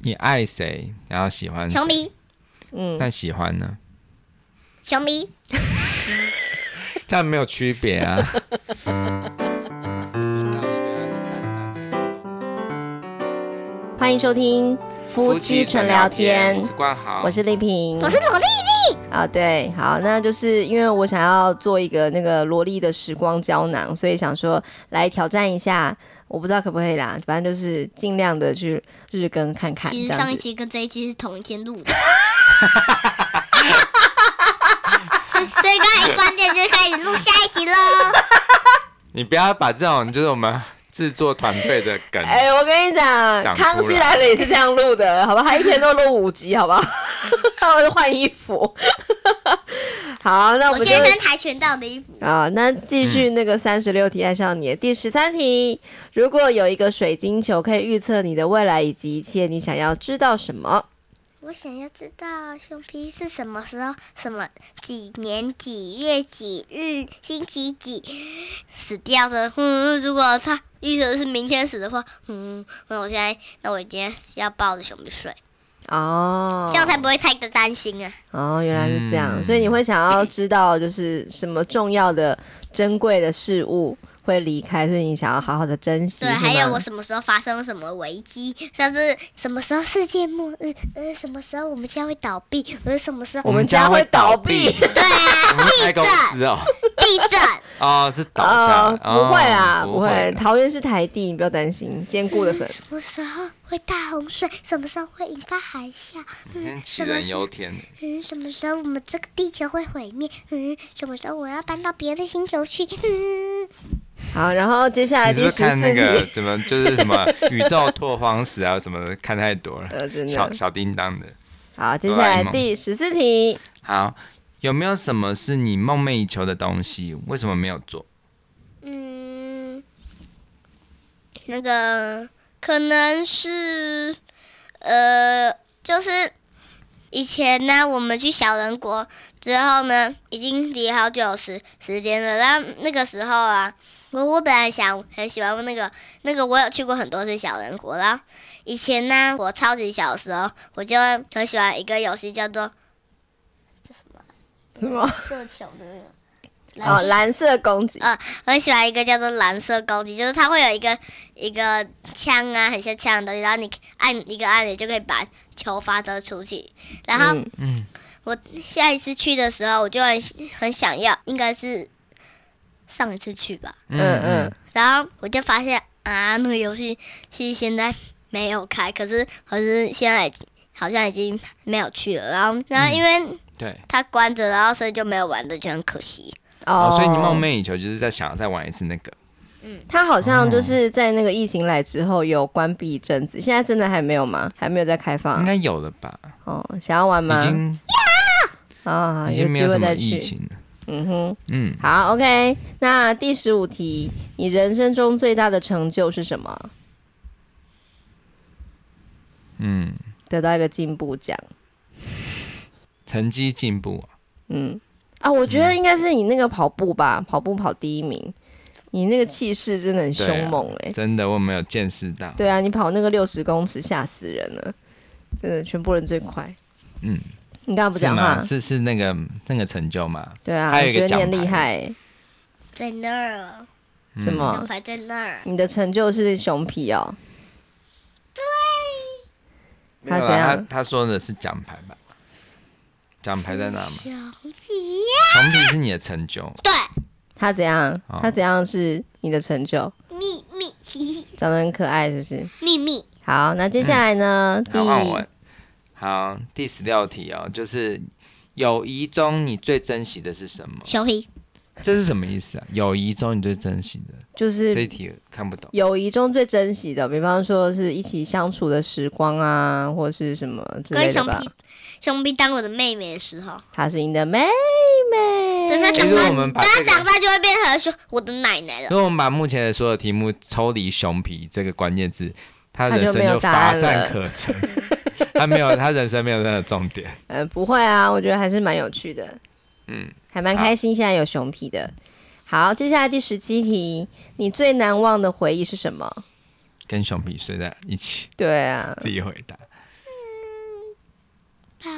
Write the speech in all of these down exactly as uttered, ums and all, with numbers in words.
你爱谁，然后喜欢谁？ 熊迷。 嗯，那喜欢呢？ 熊迷。 这样没有区别啊。 欢迎收听夫妻纯聊天， 我是冠豪， 我是丽萍， 我是萝莉莉啊。对，好，那就是因为我想要做一个那个萝莉的时光胶囊，所以想说来挑战一下，我不知道可不可以啦，反正就是尽量的去日更看看。 其实上一期跟这一期是同一天录的。所以刚才一关电就开始录下一集喽。 你不要把这种就是我们制作团队的梗， 哎、欸，我跟你讲，康熙来了也是这样录的，好吧？他一天都录五集，好不好？他会换衣服。好，那我们就我现在穿跆拳道的衣服啊。那继续那个三十六题爱上你的第十三题，如果有一个水晶球可以预测你的未来以及一切，你想要知道什么？ 我想要知道熊皮是什么时候、什么几年几月几日星期几死掉的。嗯，如果他预测是明天死的话，嗯，那我现在，那我今天要抱着熊皮睡。 哦， 这样才不会太担心啊。 哦，原来是这样，嗯、所以你会想要知道就是什么重要的、珍贵的事物会离开，所以你想要好好的珍惜。 对，还有我什么时候发生了什么危机，像是什么时候世界末日，呃，什么时候我们家会倒闭，呃，什么时候我们家会倒闭？ 对啊， 地震哦， 地震哦，是倒下、 呃，不会啦， 哦、 不会。桃园是台地，你不要担心，坚固的很。 什么时候会大洪水？什么时候会引发海啸？ 嗯，杞人忧天。 嗯，什么时候我们这个地球会毁灭？嗯，什么时候我要搬到别的星球去？嗯。 好，然后接下来第十四题， 你是不是看那个什么，就是什么宇宙拓荒史啊什么的，看太多了。 呃，真的。 小小叮当的。 好，接下来第十四题。 好，有没有什么是你梦寐以求的东西？为什么没有做？ 嗯，那个可能是，呃，就是以前呢，我们去小人国之后呢，已经离好久时时间了。然后那个时候啊。我我本来想很喜欢那个那个，我有去过很多次小人国。然后以前呢，我超级小的时候，我就很喜欢一个游戏叫做这什么什么射球的那个。 哦，蓝色攻击。 呃，我很喜欢一个叫做蓝色攻击，就是它会有一个一个枪啊，很像枪的东西，然后你按一个按钮就可以把球发射出去。然后，嗯，嗯我下一次去的时候，我就很很想要，应该是。上一次去吧， 嗯嗯， 然后我就发现啊，那个游戏其实现在没有开，可是可是现在好像已经没有去了，然后然后因为对它关着，然后所以就没有玩的，就很可惜。 哦，所以你梦寐以求就是在想再玩一次那个。 嗯，它好像就是在那个疫情来之后有关闭一阵子，现在真的还没有吗？还没有在开放？ 应该有了吧？ 哦，想要玩吗？ 已经啊， 已经没有有什么疫情了。 嗯哼，嗯，好 ，OK。那第十五题，你人生中最大的成就是什么？ 嗯， 得到一个进步奖， 成绩进步啊。 嗯，啊，我觉得应该是你那个跑步吧，嗯、跑步跑第一名，你那个气势真的很凶猛哎、欸啊， 真的我没有见识到。 对啊，你跑那个六十公尺吓死人了，真的全部人最快。嗯。你刚刚不讲话， 是是那个那个成就吗？ 对啊， 还有一个奖牌， 我觉得你很厉害， 在那儿。 什么？ 奖牌在那儿。 你的成就是熊皮哦。 对。 他怎样？ 他他说的是奖牌吧？奖牌在哪吗？ 熊皮呀。 熊皮是你的成就。 对。 他怎样？哦、他怎样是你的成就？ 秘密。 长得很可爱，是不是？ 秘密。 好，那接下来呢？ 嗯、第。好，第十六题哦，就是友谊中你最珍惜的是什么？ 熊皮， 这是什么意思啊？友谊中你最珍惜的， 就是这一题看不懂。 友谊中最珍惜的，比方说是一起相处的时光啊，或是什么之类的吧。 跟熊皮，熊皮当我的妹妹的时候， 她是你的妹妹。 等她长大，等她长大就会变成说我的奶奶了。 如果我们把目前的所有题目抽离熊皮这个关键字，他人生就乏善可陈。他没有，他人生没有任何重点。 呃，不会啊，我觉得还是蛮有趣的。嗯，还蛮开心，现在有熊皮的。好，接下来第十七题，你最难忘的回忆是什么？ 跟熊皮睡在一起。 对啊， 自己回答。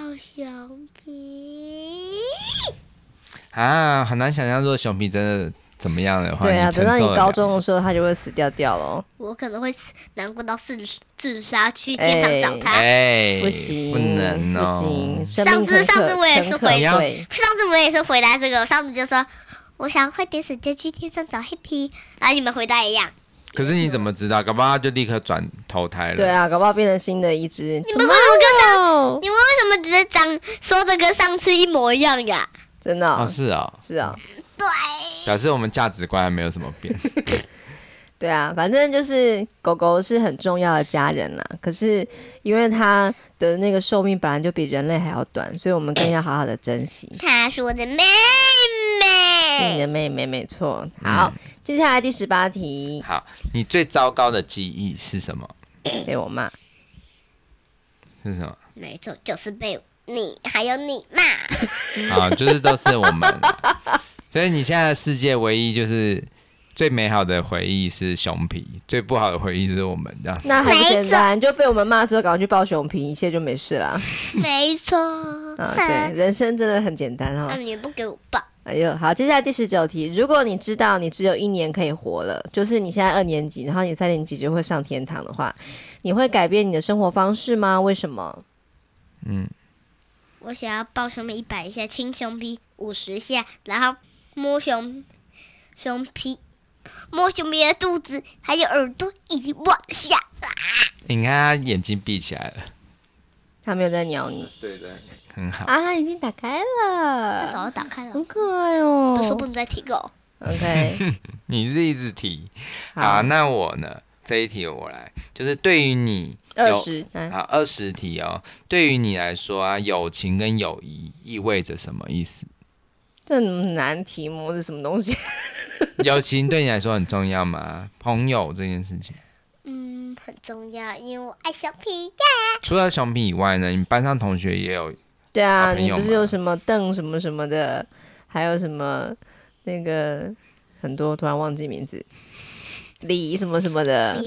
熊皮啊，很难想象，如果熊皮真的怎么样的话， 对啊，等到你高中的时时候，他就会死掉掉了。 我可能会难过到自自杀，去天堂找他。 哎， 不行， 不能哦， 不行。 上次上次我也是回答， 上次我也是回答这个，我上次就说我想快点死就去天上找黑皮，然后你们回答一样。 可是你怎么知道？搞不好他就立刻转投胎了。 对啊，搞不好变成新的一只。 你们为什么跟上？你们为什么只是长说的跟上次一模一样呀？ 真的哦， 哦是啊， 是啊， 对， 表示我们价值观还没有什么变。 对啊，反正就是狗狗是很重要的家人啦。可是因为它的那个寿命本来就比人类还要短，所以我们更要好好的珍惜。 她是我的妹妹， 是你的妹妹，没错。好，嗯、接下来第十八题。 好，你最糟糕的记忆是什么？ 被我骂。 是什么？ 没错，就是被你还有你骂。 好，就是都是我们。所以你现在的世界唯一就是最美好的回忆是熊皮，最不好的回忆是我们这样。 那很简单，就被我们骂之后，赶快去抱熊皮，一切就没事啦。 没错。 啊，对，人生真的很简单哈。 那你不给我抱。 哎呦，好，接下来第十九题，如果你知道你只有一年可以活了，就是你现在二年级，然后你三年级就会上天堂的话，你会改变你的生活方式吗？为什么？ 嗯， 我想要抱熊皮一百下，亲熊皮五十下，然后摸熊熊皮，摸熊皮的肚子还有耳朵一万下。啊、 你看他眼睛闭起来了， 他没有在鸟你。 对的。很好啊，他已经打开了， 他早就打开了， 很可爱哦。 都说不能再提狗 ，OK 。 你是一直提，好，那我呢？这一题我来，就是对于你二十， 好二十题哦。对于你来说啊，友情跟友谊意味着什么意思？ 这很难题目是什么东西？ 友情对你来说很重要吗？朋友这件事情。 嗯，很重要，因为我爱熊皮呀。 除了熊皮以外呢，你班上同学也有。 对啊，你不是有什么邓什么什么的，还有什么那个很多，突然忘记名字，李什么什么的。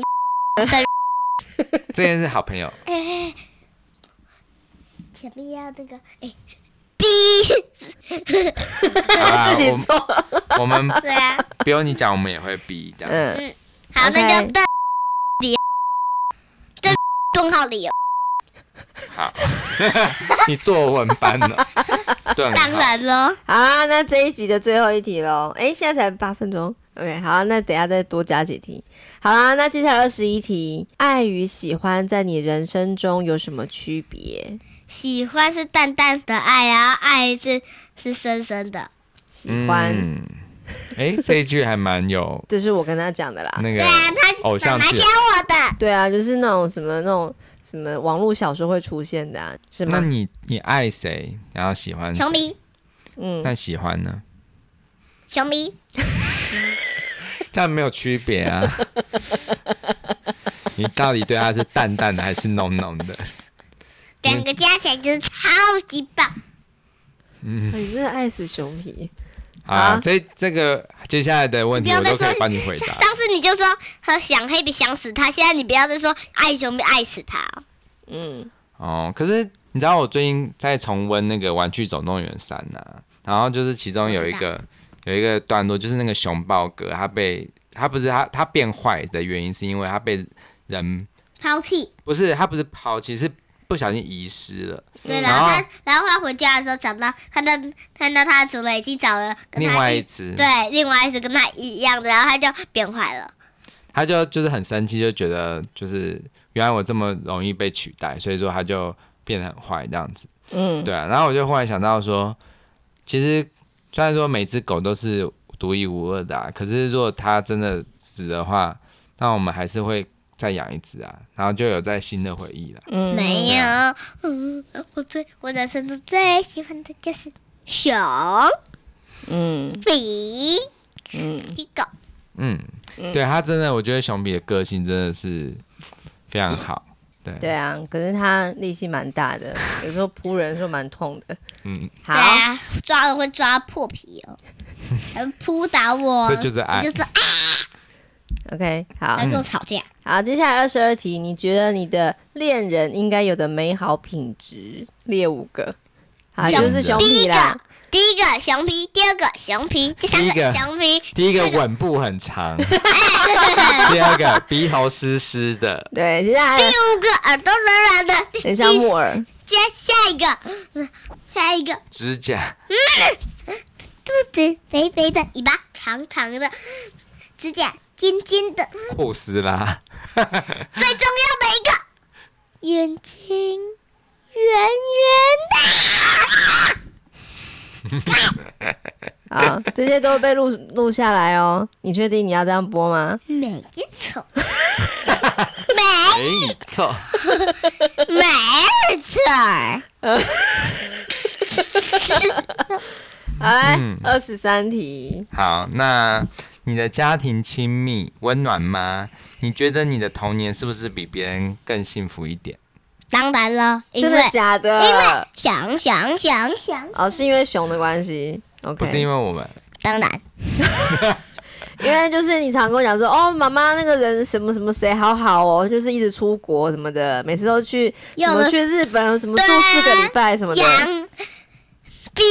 这件是好朋友。 哎，前面要那个哎，逼， 自己做。 我们对啊， 不用你讲，我们也会逼这样。 嗯，好，那就邓李，邓顿号李。 好，你作文班了，对， 当然了。 好啊，那这一集的最后一题喽。哎，现在才八分钟 ，OK， 好，那等一下再多加几题。好啦，那接下来二十一题，爱与喜欢在你人生中有什么区别？ 喜欢是淡淡的爱，然后爱是是深深的喜欢。 哎、嗯，这一句还蛮有， 这是我跟他讲的啦。 那个对啊，他偶像剧教我的。 对啊，就是那种什么那种。什么网络小说会出现的、啊，是吗？ 那你你爱谁，然后喜欢谁？ 熊迷。 嗯， 那喜欢呢？ 熊迷。 这样没有区别啊。你到底对他是淡淡的还是浓浓的？ 两个加起来就是超级棒。 嗯，你真的爱死熊皮。 好啊，这这个接下来的问题我都可以帮你回答。 上次你就说和想黑比想死他，现在你不要再说爱熊比爱死他、哦。 嗯， 哦，可是你知道我最近在重温那个《玩具总动员三》呐，然后就是其中有一个有一个段落，就是那个熊抱哥他被他不是他他变坏的原因是因为他被人抛弃， 不是他不是抛弃，是不小心遗失了。 对，然后他，然后他回家的时候找到，看到看到他的主人已经找了跟他另外一只， 对，另外一只跟他一样的，然后他就变坏了。 他就就是很生气，就觉得就是原来我这么容易被取代，所以说他就变得很坏这样子。嗯，对啊。然后我就忽然想到说，其实虽然说每只狗都是独一无二的啊，可是如果它真的死的话，那我们还是会再养一只啊，然后就有在新的回忆了。 嗯，没有，嗯，我最我人生中最喜欢的就是熊，嗯，比，嗯，比狗， 嗯，对，它真的，我觉得熊比的个性真的是非常好。对， 对啊，可是它力气蛮大的，有时候扑人的时候蛮痛的。 嗯，好，对啊，抓人会抓破皮哦，还扑打我， 这就是爱， 就是啊。 OK， 好， 他跟我吵架。 好，接下来二十二题，你觉得你的恋人应该有的美好品质，列五个。好，就是熊皮啦。 第一个熊皮，第二个熊皮，第三个熊皮。 第一个吻部很长，第二个鼻头湿湿的， 对，接下来第五个耳朵软软的， 很像木耳。 接下一个，下一个指甲， 嗯，肚子肥肥的，尾巴长长的，指甲尖尖的， 库斯拉。 最重要的一个，眼睛圆圆的。 好，这些都被录录下来哦。你确定你要这样播吗？ 没错， 没错， 没错。 好来， 嗯二十三题。 好，那你的家庭亲密温暖吗？你觉得你的童年是不是比别人更幸福一点？ 当然了，因真为的假的？ 因为想想想想， 哦，是因为熊的关系。OK， 不是因为我们， 当然， 因为就是你常跟我讲说，哦，妈妈那个人什么什么谁好好哦，就是一直出国什么的，每次都去有的什么去日本，怎么住四个礼拜什么的。 羊逼。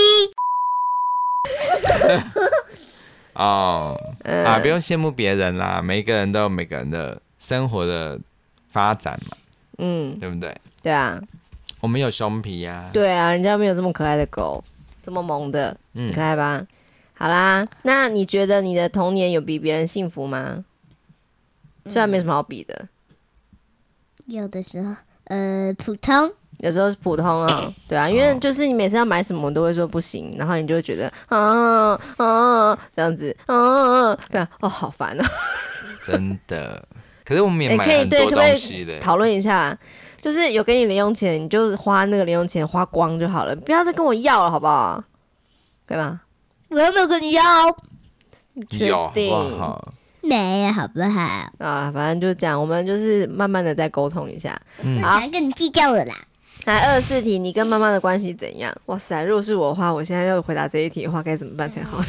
哦、 嗯啊，不用羡慕别人啦，每一个人都有每个人的生活的发展嘛， 嗯， 对不对？ 对啊， 我们有熊皮呀、啊， 对啊，人家没有这么可爱的狗，这么萌的，很嗯可，爱吧？好啦，那你觉得你的童年有比别人幸福吗？虽然没什么好比的， 有的时候，呃，普通。 有时候是普通啊，对啊，因为就是你每次要买什么都会说不行，然后你就会觉得啊啊这样子啊，对啊，哦好烦啊。 真的。可是我们也哎， 买可以对， 很多东可不可西的、 以讨论一下？就是有给你零用钱，你就花那个零用钱花光就好了，不要再跟我要了，好不好？对吧？ 我又没有跟你要， 确有好定不好？ 没有好不好？ 啊，反正就这样，我们就是慢慢的再沟通一下。 嗯正常跟你计较了啦。 来，二十四题，你跟妈妈的关系怎样？哇塞，如果是我的话，我现在要回答这一题的话，该怎么办才好？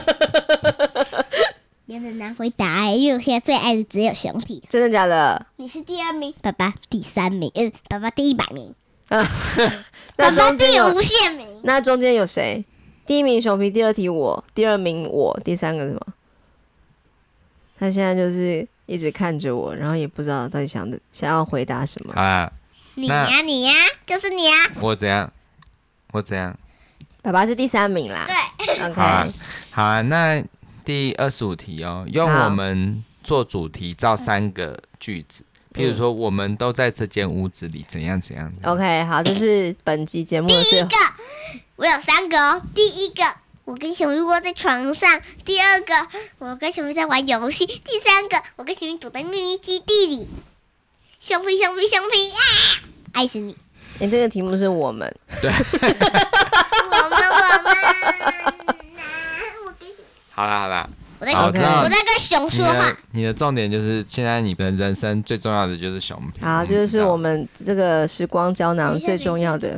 有点难回答哎、因为我现在最爱的只有熊皮。 真的假的？ 你是第二名，爸爸第三名，嗯，爸爸第一百名， 啊， 爸爸那中间有第无限名。 那中间有谁？第一名熊皮，第二题我，第二名我，第三个什么？他现在就是一直看着我，然后也不知道到底想的想要回答什么。 好啦， 你呀、你呀、就是你呀、 我怎样？我怎样？ 爸爸是第三名啦。 对， ，OK， 好啊，好啊，那第二十五题哦，用好我们做主题造三个句子，譬如说我们都在这间屋子里，怎样怎样。 OK， 好，这是本集节目的最后。 我有三个哦。第一个，我跟熊鱼窝在床上；第二个，我跟熊鱼在玩游戏；第三个，我跟熊鱼躲在秘密基地里。熊皮，熊皮，熊皮啊！爱死你！ 哎、这个题目是我们。 我们，我们，我跟熊， 好啦好啦， 我在熊， 好我知道我在跟熊你说话的。你的重点就是现在你的人生最重要的就是熊皮。 好，这就是我们这个时光胶囊最重要的。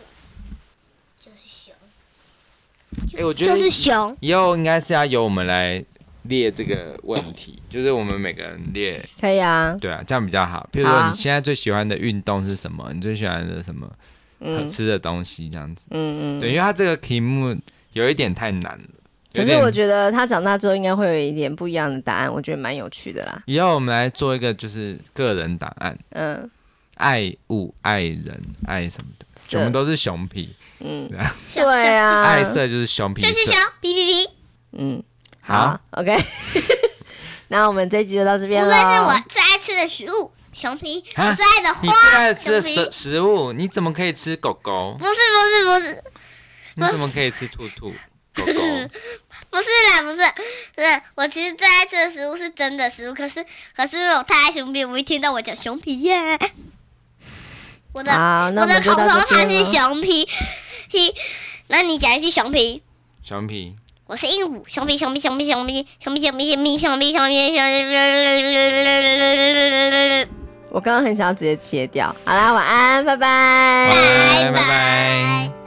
就是熊， 哎、我觉得就是熊。 以后应该是要由我们来列这个问题，就是我们每个人列， 可以啊， 对啊，这样比较好。譬如好啊说你现在最喜欢的运动是什么？你最喜欢的什么、 嗯吃的东西这样子？ 嗯嗯。 对，因为它这个题目有一点太难了。 可是我觉得他长大之后应该会有一点不一样的答案，我觉得蛮有趣的啦。 以后我们来做一个就是个人档案， 嗯， 爱物、爱人、爱什么的， 色全部都是熊皮。 嗯， 对啊， 对啊， 爱色就是熊皮色熊熊熊，。哔哔哔。 嗯， 好好，OK。那我们这一集就到这边无了。 论是我最爱吃的食物，熊皮； 啊我最爱的你花， 最爱吃的熊皮食食物，你怎么可以吃狗狗？ 不是不是不是你怎么可以吃兔兔？狗狗？ 不是啦，不是，是我其实最爱吃的食物是真的食物，可是可是因为我太爱熊皮，我一听到我讲熊皮耶，我的好，那我的我们就到口头禅是这边了。 熊皮，皮，那你讲一句熊皮。 熊皮。 我是鹦鹉，熊皮熊皮熊皮熊皮熊皮熊皮熊皮熊皮熊皮熊皮。 我刚刚很想要直接切掉。好啦，晚安，拜拜。 晚安，拜拜拜。